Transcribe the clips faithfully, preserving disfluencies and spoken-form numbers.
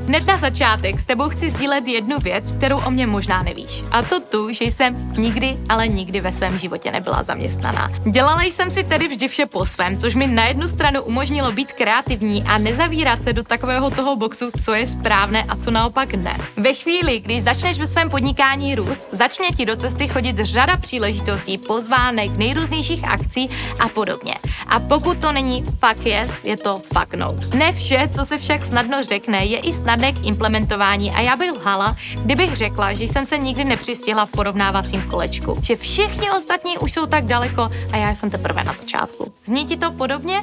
hned na začátek s tebou chci sdílet jednu věc, kterou o mě možná nevíš. A to tu, že jsem nikdy, ale nikdy ve svém životě nebyla zaměstnaná. Dělala jsem si tedy vždy vše po svém, což mi na jednu stranu umožnilo být kreativní a nezavírat se do takového toho boxu, co je správné a co naopak ne. Ve chvíli, když začneš ve svém podnikání růst, začne ti do cesty chodit řada příležitostí, pozvánek, nejrůznějších akcí a podobně. A pokud to není fuck yes, je to fuck no. Ne vše, co se však snadno řekne, je i snadné k implementování a já bych lhala, kdybych řekla, že jsem se nikdy nepřistihla v porovnávacím kolečku. Že všichni ostatní už jsou tak daleko a já jsem teprve na začátku. Zní ti to podobně?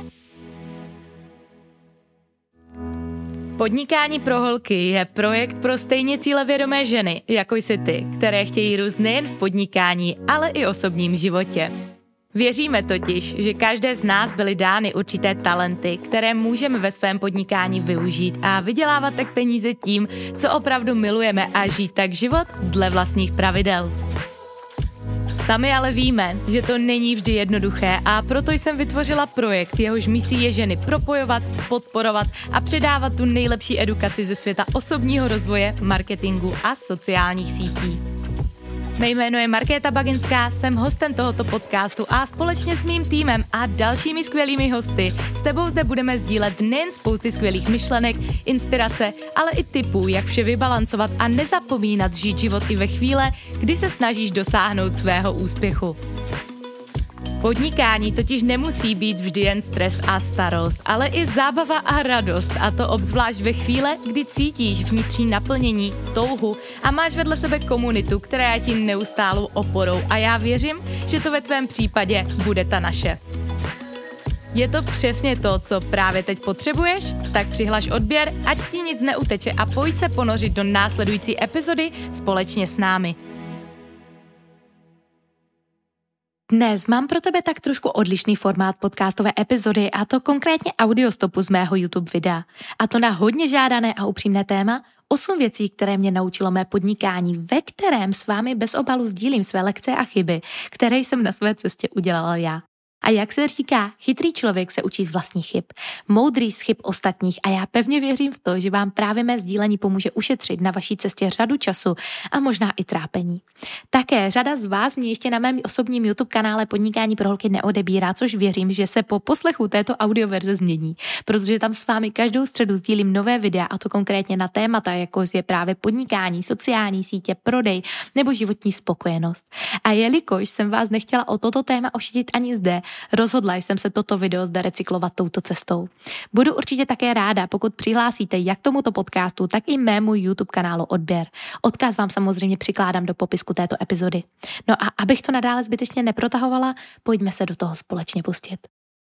Podnikání pro holky je projekt pro stejně cílevědomé ženy, jako jsi ty, které chtějí růst nejen v podnikání, ale i osobním životě. Věříme totiž, že každé z nás byly dány určité talenty, které můžeme ve svém podnikání využít a vydělávat tak peníze tím, co opravdu milujeme a žít tak život dle vlastních pravidel. Sami ale víme, že to není vždy jednoduché a proto jsem vytvořila projekt, jehož misí je ženy propojovat, podporovat a předávat tu nejlepší edukaci ze světa osobního rozvoje, marketingu a sociálních sítí. Mé jméno je Markéta Baginská, jsem hostem tohoto podcastu a společně s mým týmem a dalšími skvělými hosty s tebou zde budeme sdílet nejen spousty skvělých myšlenek, inspirace, ale i tipů, jak vše vybalancovat a nezapomínat žít život i ve chvíle, kdy se snažíš dosáhnout svého úspěchu. Podnikání totiž nemusí být vždy jen stres a starost, ale i zábava a radost, a to obzvlášť ve chvíle, kdy cítíš vnitřní naplnění, touhu a máš vedle sebe komunitu, která je ti neustálou oporou a já věřím, že to ve tvém případě bude ta naše. Je to přesně to, co právě teď potřebuješ? Tak přihlaš odběr, ať ti nic neuteče a pojď se ponořit do následující epizody společně s námi. Dnes mám pro tebe tak trošku odlišný formát podcastové epizody, a to konkrétně audiostopu z mého YouTube videa. A to na hodně žádané a upřímné téma osm věcí, které mě naučilo mé podnikání, ve kterém s vámi bez obalu sdílím své lekce a chyby, které jsem na své cestě udělala já. A jak se říká, chytrý člověk se učí z vlastních chyb, moudrý z chyb ostatních a já pevně věřím v to, že vám právě mé sdílení pomůže ušetřit na vaší cestě řadu času a možná i trápení. Také řada z vás mě ještě na mém osobním YouTube kanále Podnikání pro holky neodebírá, což věřím, že se po poslechu této audioverze změní, protože tam s vámi každou středu sdílím nové videa, a to konkrétně na témata, jako je právě podnikání, sociální sítě, prodej nebo životní spokojenost. A jelikož jsem vás nechtěla o toto téma ošidit ani zde, rozhodla jsem se toto video zde recyklovat touto cestou. Budu určitě také ráda, pokud přihlásíte jak tomuto podcastu, tak i mému YouTube kanálu odběr. Odkaz vám samozřejmě přikládám do popisku této epizody. No a abych to nadále zbytečně neprotahovala, pojďme se do toho společně pustit.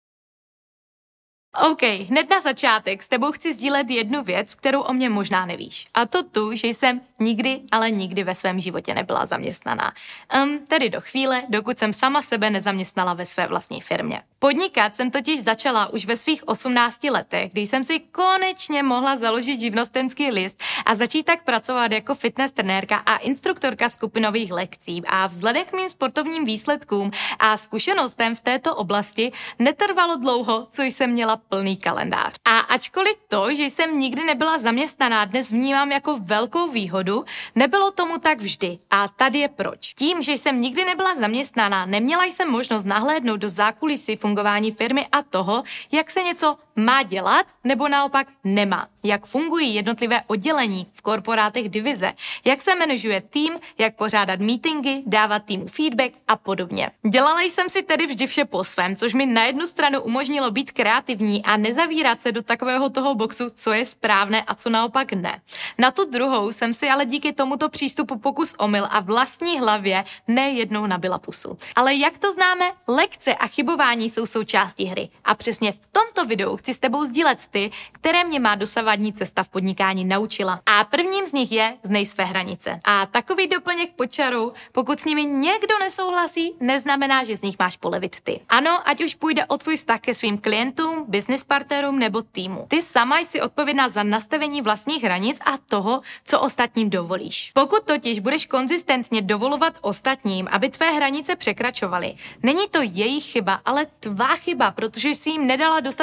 OK, hned na začátek s tebou chci sdílet jednu věc, kterou o mě možná nevíš. A to tu, že jsem nikdy, ale nikdy ve svém životě nebyla zaměstnaná. Um, tedy do chvíle, dokud jsem sama sebe nezaměstnala ve své vlastní firmě. Podnikat jsem totiž začala už ve svých osmnácti letech, kdy jsem si konečně mohla založit živnostenský list a začít tak pracovat jako fitness trenérka a instruktorka skupinových lekcí. A vzhledem k mým sportovním výsledkům a zkušenostem v této oblasti netrvalo dlouho, co jsem měla plný kalendář. A ačkoliv to, že jsem nikdy nebyla zaměstnaná, dnes vnímám jako velkou výhodu, nebylo tomu tak vždy. A tady je proč. Tím, že jsem nikdy nebyla zaměstnaná, neměla jsem možnost nahlédnout do zákulisí fungování firmy a toho, jak se něco má dělat nebo naopak nemá. Jak fungují jednotlivé oddělení v korporátech divize, jak se manažuje tým, jak pořádat meetingy, dávat týmu feedback a podobně. Dělala jsem si tedy vždy vše po svém, což mi na jednu stranu umožnilo být kreativní a nezavírat se do takového toho boxu, co je správné a co naopak ne. Na tu druhou jsem si ale díky tomuto přístupu pokus omyl a vlastní hlavě nejednou nabila pusu. Ale jak to známe, lekce a chybování jsou součástí hry. A přesně v tomto videu chci s tebou sdílet ty, které mě má dosavadní cesta v podnikání naučila. A prvním z nich je znej své hranice. A takový doplněk pod čarou, pokud s nimi někdo nesouhlasí, neznamená, že z nich máš polevit ty. Ano, ať už půjde o tvůj vztah ke svým klientům, business partnerům nebo týmu. Ty sama jsi odpovědná za nastavení vlastních hranic a toho, co ostatním dovolíš. Pokud totiž budeš konzistentně dovolovat ostatním, aby tvé hranice překračovaly, není to jejich chyba, ale tvá chyba, protože jsi jim nedala dostatečně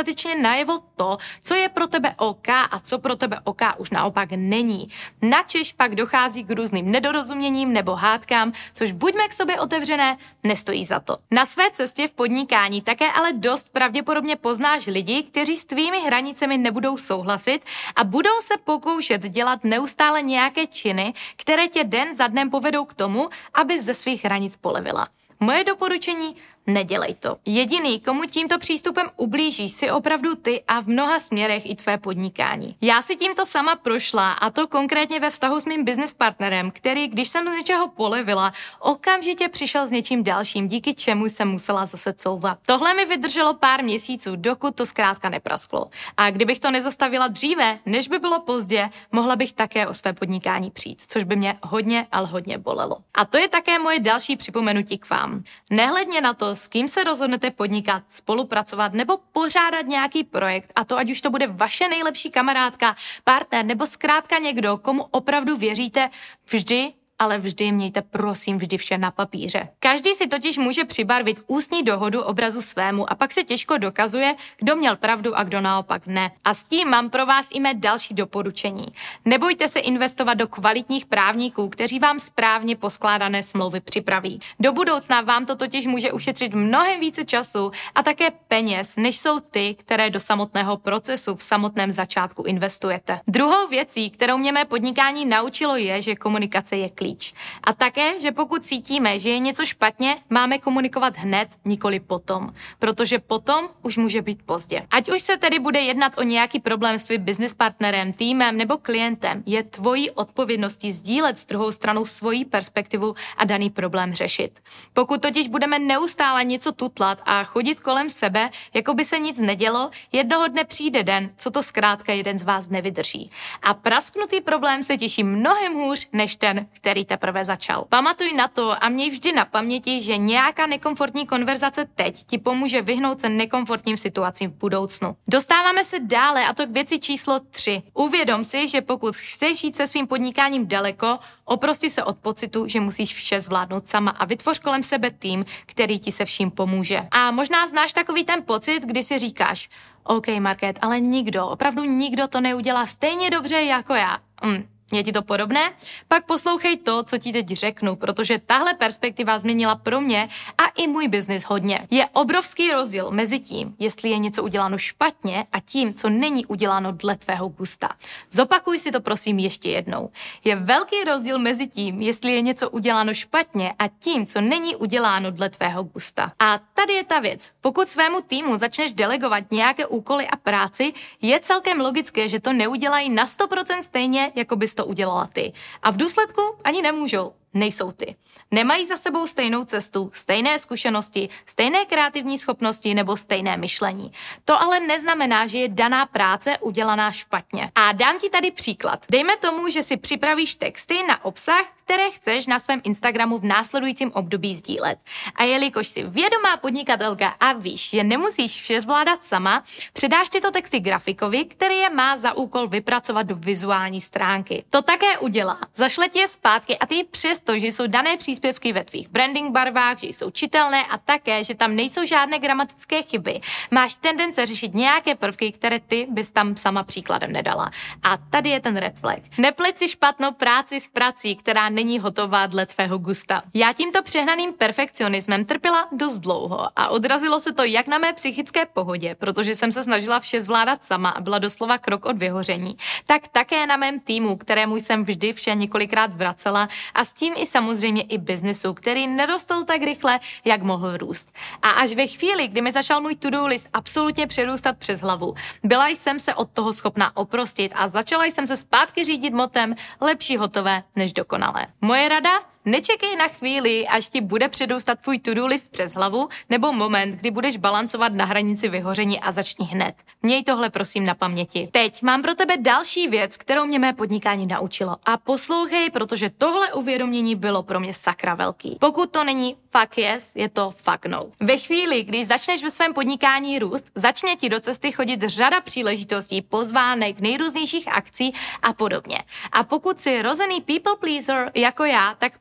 najevo to, co je pro tebe OK a co pro tebe OK už naopak není. Načež pak dochází k různým nedorozuměním nebo hádkám, což buďme k sobě otevřené, nestojí za to. Na své cestě v podnikání také ale dost pravděpodobně poznáš lidi, kteří s tvými hranicemi nebudou souhlasit a budou se pokoušet dělat neustále nějaké činy, které tě den za dnem povedou k tomu, aby ze svých hranic polevila. Moje doporučení: nedělej to. Jediný, komu tímto přístupem ublížíš, si opravdu ty a v mnoha směrech i tvé podnikání. Já si tímto sama prošla, a to konkrétně ve vztahu s mým business partnerem, který, když jsem z něčeho polevila, okamžitě přišel s něčím dalším, díky čemu jsem musela zase couvat. Tohle mi vydrželo pár měsíců, dokud to zkrátka neprasklo. A kdybych to nezastavila dříve, než by bylo pozdě, mohla bych také o své podnikání přijít, což by mě hodně, ale hodně bolelo. A to je také moje další připomenutí k vám. Nehledně na to, s kým se rozhodnete podnikat, spolupracovat nebo pořádat nějaký projekt, a to ať už to bude vaše nejlepší kamarádka, partner nebo zkrátka někdo, komu opravdu věříte, vždy, ale vždy mějte prosím vždy vše na papíře. Každý si totiž může přibarvit ústní dohodu obrazu svému a pak se těžko dokazuje, kdo měl pravdu a kdo naopak ne. A s tím mám pro vás i mé další doporučení. Nebojte se investovat do kvalitních právníků, kteří vám správně poskládané smlouvy připraví. Do budoucna vám to totiž může ušetřit mnohem více času a také peněz, než jsou ty, které do samotného procesu v samotném začátku investujete. Druhou věcí, kterou mě mé podnikání naučilo, je, že komunikace je klíč. A také, že pokud cítíme, že je něco špatně, máme komunikovat hned, nikoli potom, protože potom už může být pozdě. Ať už se tedy bude jednat o nějaký problém s tvým business partnerem, týmem nebo klientem, je tvojí odpovědností sdílet s druhou stranou svoji perspektivu a daný problém řešit. Pokud totiž budeme neustále něco tutlat a chodit kolem sebe, jako by se nic nedělo, jednoho dne přijde den, co to zkrátka jeden z vás nevydrží. A prasknutý problém se těší mnohem hůř než ten, který teprve začal. Pamatuj na to a měj vždy na paměti, že nějaká nekomfortní konverzace teď ti pomůže vyhnout se nekomfortním situacím v budoucnu. Dostáváme se dále, a to k věci číslo tři. Uvědom si, že pokud chceš jít se svým podnikáním daleko, oprosti se od pocitu, že musíš vše zvládnout sama a vytvoř kolem sebe tým, který ti se vším pomůže. A možná znáš takový ten pocit, kdy si říkáš: OK, Market, ale nikdo, opravdu nikdo to neudělá stejně dobře jako já. Mm. Je ti to podobné? Pak poslouchej to, co ti teď řeknu, protože tahle perspektiva změnila pro mě a i můj biznis hodně. Je obrovský rozdíl mezi tím, jestli je něco uděláno špatně, a tím, co není uděláno dle tvého gusta. Zopakuj si to prosím ještě jednou. Je velký rozdíl mezi tím, jestli je něco uděláno špatně, a tím, co není uděláno dle tvého gusta. A tady je ta věc. Pokud svému týmu začneš delegovat nějaké úkoly a práci, je celkem logické, že to neudělají na sto procent stejně, jako bys to udělala ty. A v důsledku ani nemůžou. Nejsou ty. Nemají za sebou stejnou cestu, stejné zkušenosti, stejné kreativní schopnosti nebo stejné myšlení. To ale neznamená, že je daná práce udělaná špatně. A dám ti tady příklad. Dejme tomu, že si připravíš texty na obsah, které chceš na svém Instagramu v následujícím období sdílet. A jelikož jsi vědomá podnikatelka a víš, že nemusíš vše zvládat sama, předáš tyto texty grafikovi, který je má za úkol vypracovat do vizuální stránky. To také udělá. Zašle ti je zpátky a ty přes to, že jsou dané příspěvky ve tvých branding barvách, že jsou čitelné a také, že tam nejsou žádné gramatické chyby, máš tendence řešit nějaké prvky, které ty bys tam sama příkladem nedala. A tady je ten red flag. Nepleť si špatnou práci s prací, která není hotová dle tvého gusta. Já tímto přehnaným perfekcionismem trpěla dost dlouho a odrazilo se to jak na mé psychické pohodě, protože jsem se snažila vše zvládat sama a byla doslova krok od vyhoření, tak také na mém týmu, kterému jsem vždy vše několikrát vracela, a s tím i samozřejmě i biznesu, který nerostl tak rychle, jak mohl růst. A až ve chvíli, kdy mi začal můj to-do list absolutně přerůstat přes hlavu, byla jsem se od toho schopná oprostit a začala jsem se zpátky řídit motem lepší hotové než dokonalé. Moje rada? Nečekej na chvíli, až ti bude předůstat tvůj to-do list přes hlavu, nebo moment, kdy budeš balancovat na hranici vyhoření, a začni hned. Měj tohle prosím na paměti. Teď mám pro tebe další věc, kterou mě mé podnikání naučilo. A poslouchej, protože tohle uvědomění bylo pro mě sakra velký. Pokud to není fuck yes, je to fuck no. Ve chvíli, když začneš ve svém podnikání růst, začne ti do cesty chodit řada příležitostí, pozvánek, nejrůznějších akcí a podobně. A pokud jsi rozený people pleaser jako já, tak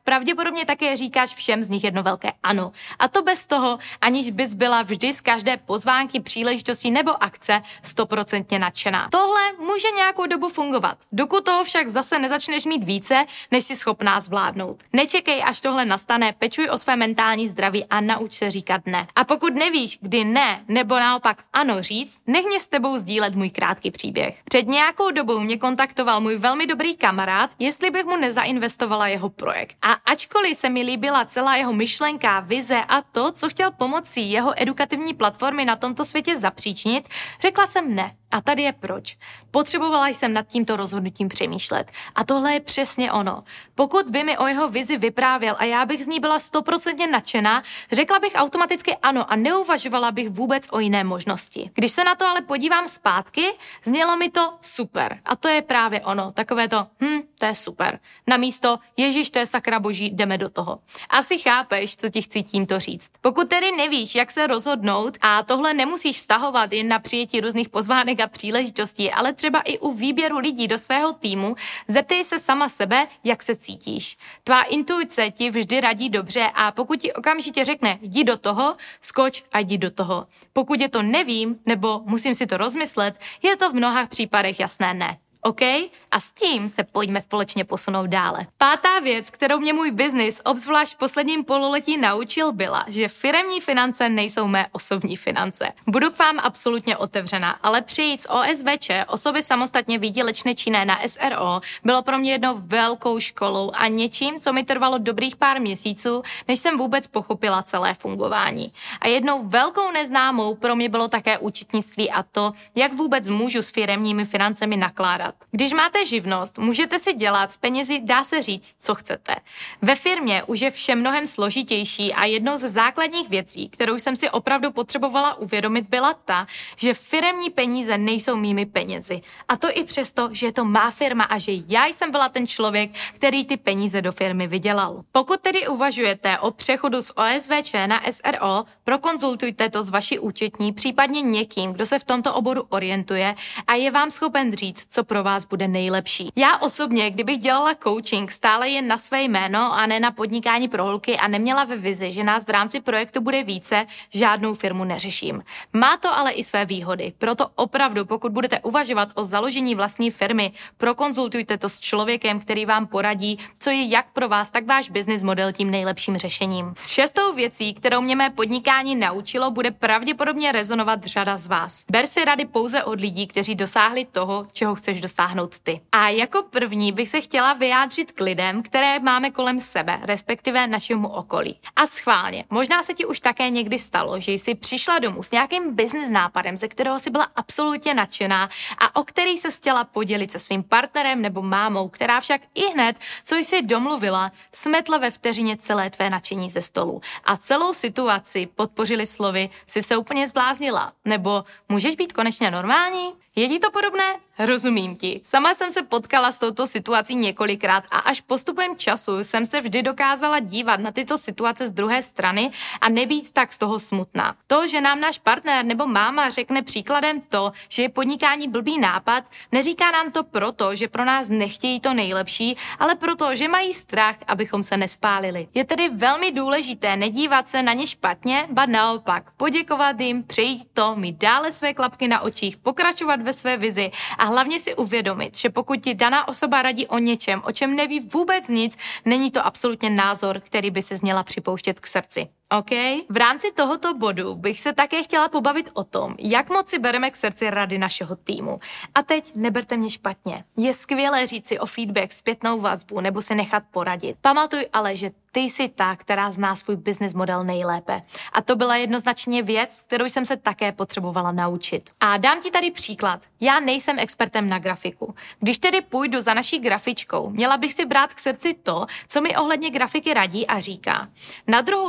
pravděpodobně také říkáš všem z nich jedno velké ano. A to bez toho, aniž bys byla vždy z každé pozvánky, příležitosti nebo akce stoprocentně nadšená. Tohle může nějakou dobu fungovat, dokud toho však zase nezačneš mít více, než si schopná zvládnout. Nečekej, až tohle nastane, pečuj o své mentální zdraví a nauč se říkat ne. A pokud nevíš, kdy ne, nebo naopak ano říct, nech mě s tebou sdílet můj krátký příběh. Před nějakou dobou mě kontaktoval můj velmi dobrý kamarád, jestli bych mu nezainvestovala jeho projekt. A ačkoliv se mi líbila celá jeho myšlenka, vize a to, co chtěl pomocí jeho edukativní platformy na tomto světě zapříčinit, řekla jsem ne. A tady je proč. Potřebovala jsem nad tímto rozhodnutím přemýšlet. A tohle je přesně ono. Pokud by mi o jeho vizi vyprávěl a já bych z ní byla stoprocentně nadšená, řekla bych automaticky ano a neuvažovala bych vůbec o jiné možnosti. Když se na to ale podívám zpátky, znělo mi to super. A to je právě ono. Takové to, hm, to je super. Namísto, ježiš, to je sakra boží, jdeme do toho. Asi chápeš, co ti chci tímto říct. Pokud tedy nevíš, jak se rozhodnout, a tohle nemusíš vztahovat jen na přijetí různých pozvánek a příležitostí, ale třeba i u výběru lidí do svého týmu, zeptej se sama sebe, jak se cítíš. Tvá intuice ti vždy radí dobře a pokud ti okamžitě řekne, jdi do toho, skoč a jdi do toho. Pokud je to nevím, nebo musím si to rozmyslet, je to v mnoha případech jasné ne. OK? A s tím se pojďme společně posunout dále. Pátá věc, kterou mě můj biznis obzvlášť v posledním pololetí naučil, byla, že firemní finance nejsou mé osobní finance. Budu k vám absolutně otevřená, ale přejít z O S V Č, osoby samostatně výdělečně činné, na S R O, bylo pro mě jednou velkou školou a něčím, co mi trvalo dobrých pár měsíců, než jsem vůbec pochopila celé fungování. A jednou velkou neznámou pro mě bylo také účetnictví a to, jak vůbec můžu s firemními financemi nakládat. Když máte živnost, můžete si dělat z penězi, dá se říct, co chcete. Ve firmě už je vše mnohem složitější a jednou ze základních věcí, kterou jsem si opravdu potřebovala uvědomit, byla ta, že firemní peníze nejsou mými penězi. A to i přesto, že je to má firma a že já jsem byla ten člověk, který ty peníze do firmy vydělal. Pokud tedy uvažujete o přechodu z O S V Č na S R O, prokonzultujte to s vaší účetní, případně někým, kdo se v tomto oboru orientuje a je vám schopen říct, co pro vás bude nejlepší. Já osobně, kdybych dělala coaching stále jen na své jméno a ne na podnikání pro holky a neměla ve vizi, že nás v rámci projektu bude více, žádnou firmu neřeším. Má to ale i své výhody. Proto opravdu, pokud budete uvažovat o založení vlastní firmy, prokonzultujte to s člověkem, který vám poradí, co je jak pro vás, tak váš business model tím nejlepším řešením. S šestou věcí, kterou mě mé podnikání naučilo, bude pravděpodobně rezonovat řada z vás. Ber si rady pouze od lidí, kteří dosáhli toho, čeho chceš dosáhnout ty. A jako první bych se chtěla vyjádřit k lidem, které máme kolem sebe, respektive našemu okolí. A schválně, možná se ti už také někdy stalo, že jsi přišla domů s nějakým business nápadem, ze kterého jsi byla absolutně nadšená a o který se chtěla podělit se svým partnerem nebo mámou, která však i hned, co jsi domluvila, smetla ve vteřině celé tvé nadšení ze stolu. A celou situaci podpořili slovy, jsi se úplně zbláznila, nebo můžeš být konečně normální? Je ti to podobné? Rozumím ti. Sama jsem se potkala s touto situací několikrát a až postupem času jsem se vždy dokázala dívat na tyto situace z druhé strany a nebýt tak z toho smutná. To, že nám náš partner nebo máma řekne příkladem to, že je podnikání blbý nápad, neříká nám to proto, že pro nás nechtějí to nejlepší, ale proto, že mají strach, abychom se nespálili. Je tedy velmi důležité nedívat se na ně špatně, ba naopak poděkovat jim, přejít to, mít dále své klapky na očích, pokračovat ve své vizi a hlavně si uvědomit, že pokud ti daná osoba radí o něčem, o čem neví vůbec nic, není to absolutně názor, který by se měla připouštět k srdci. OK? V rámci tohoto bodu bych se také chtěla pobavit o tom, jak moc si bereme k srdci rady našeho týmu. A teď neberte mě špatně. Je skvělé říct si o feedback, zpětnou vazbu nebo si nechat poradit. Pamatuj ale, že ty jsi ta, která zná svůj business model nejlépe. A to byla jednoznačně věc, kterou jsem se také potřebovala naučit. A dám ti tady příklad. Já nejsem expertem na grafiku. Když tedy půjdu za naší grafičkou, měla bych si brát k srdci to, co mi ohledně grafiky radí a říká. Na druhou stranu bych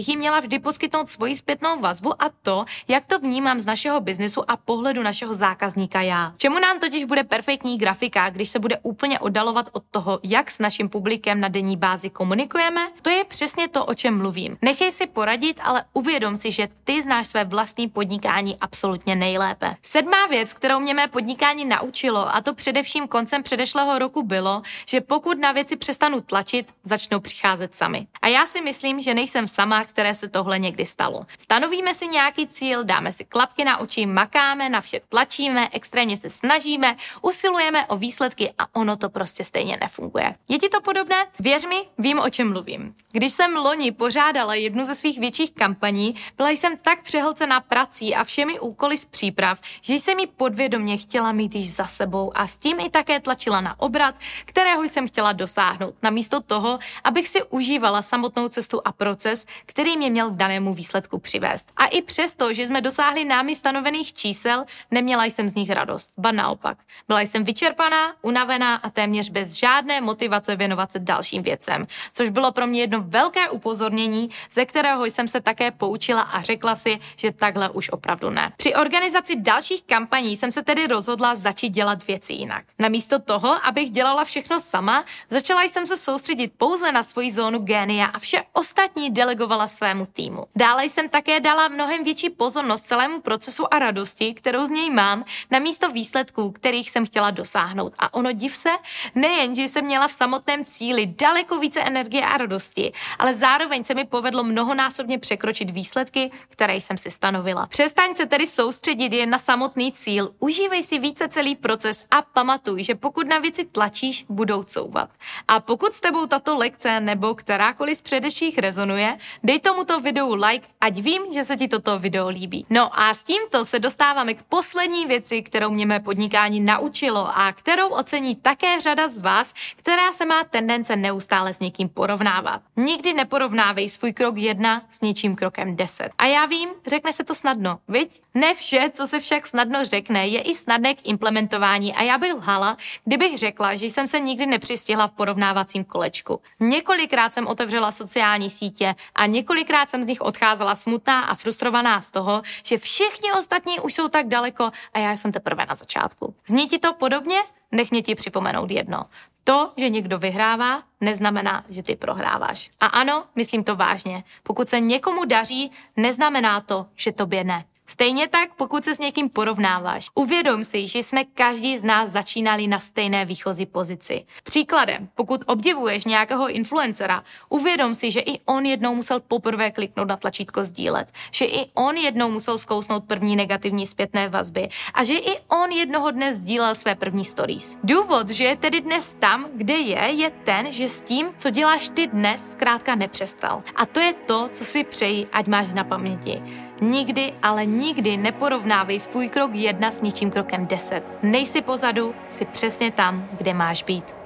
bych jí měla vždy poskytnout svoji zpětnou vazbu a to, jak to vnímám z našeho biznesu a pohledu našeho zákazníka já. Čemu nám totiž bude perfektní grafika, když se bude úplně oddalovat od toho, jak s naším publikem na denní bázi komunikujeme? To je přesně to, o čem mluvím. Nechej si poradit, ale uvědom si, že ty znáš své vlastní podnikání absolutně nejlépe. Sedmá věc, kterou mě mé podnikání naučilo, a to především koncem předešlého roku, bylo, že pokud na věci přestanu tlačit, začnou přicházet sami. A já si myslím, že nejsem sama, které se tohle někdy stalo. Stanovíme si nějaký cíl, dáme si klapky na oči, makáme, na vše tlačíme, extrémně se snažíme, usilujeme o výsledky a ono to prostě stejně nefunguje. Je ti to podobné? Věř mi, vím, o čem mluvím. Když jsem loni pořádala jednu ze svých větších kampaní, byla jsem tak přehlcená prací a všemi úkoly z příprav, že jsem ji podvědomě chtěla mít již za sebou a s tím i také tlačila na obrat, kterého jsem chtěla dosáhnout, namísto toho, abych si užívala samotnou cestu a proces, který mě měl k danému výsledku přivést. A i přesto, že jsme dosáhli námi stanovených čísel, neměla jsem z nich radost, ba naopak. Byla jsem vyčerpaná, unavená a téměř bez žádné motivace věnovat se dalším věcem, což bylo pro mě jedno velké upozornění, ze kterého jsem se také poučila a řekla si, že takhle už opravdu ne. Při organizaci dalších kampaní jsem se tedy rozhodla začít dělat věci jinak. Namísto toho, abych dělala všechno sama, začala jsem se soustředit pouze na svoji zónu génia a vše ostatní delegovala svému týmu. Dále jsem také dala mnohem větší pozornost celému procesu a radosti, kterou z něj mám, namísto výsledků, kterých jsem chtěla dosáhnout. A ono div se, nejen, že jsem měla v samotném cíli daleko více energie a radosti, ale zároveň se mi povedlo mnohonásobně překročit výsledky, které jsem si stanovila. Přestaň se tedy soustředit jen na samotný cíl, užívej si více celý proces a pamatuj, že pokud na věci tlačíš, budou couvat. A pokud s tebou tato lekce nebo kterákoliv z předešlých rezonuje, dej tomuto videu like, ať vím, že se ti toto video líbí. No a s tímto se dostáváme k poslední věci, kterou mě mé podnikání naučilo a kterou ocení také řada z vás, která se má tendence neustále s někým porovnávat. Nikdy neporovnávej svůj krok jedna s něčím krokem deset. A já vím, řekne se to snadno, viď? Ne vše, co se však snadno řekne, je i snadné k implementování a já bych lhala, kdybych řekla, že jsem se nikdy nepřistihla v porovnávacím kolečku. Několikrát jsem otevřela sociální sítě a několikrát jsem z nich odcházela smutná a frustrovaná z toho, že všichni ostatní už jsou tak daleko a já jsem teprve na začátku. Zní ti to podobně? Nech mě ti připomenout jedno. To, že někdo vyhrává, neznamená, že ty prohráváš. A ano, myslím to vážně. Pokud se někomu daří, neznamená to, že tobě ne. Stejně tak, pokud se s někým porovnáváš. Uvědom si, že jsme každý z nás začínali na stejné výchozí pozici. Příkladem, pokud obdivuješ nějakého influencera, uvědom si, že i on jednou musel poprvé kliknout na tlačítko sdílet, že i on jednou musel zkousnout první negativní zpětné vazby a že i on jednoho dne sdílel své první stories. Důvod, že je tedy dnes tam, kde je, je ten, že s tím, co děláš ty dnes, zkrátka nepřestal. A to je to, co si přeji, ať máš na paměti. Nikdy, ale nikdy neporovnávej svůj krok jedna s ničím krokem deset. Nejsi pozadu, jsi přesně tam, kde máš být.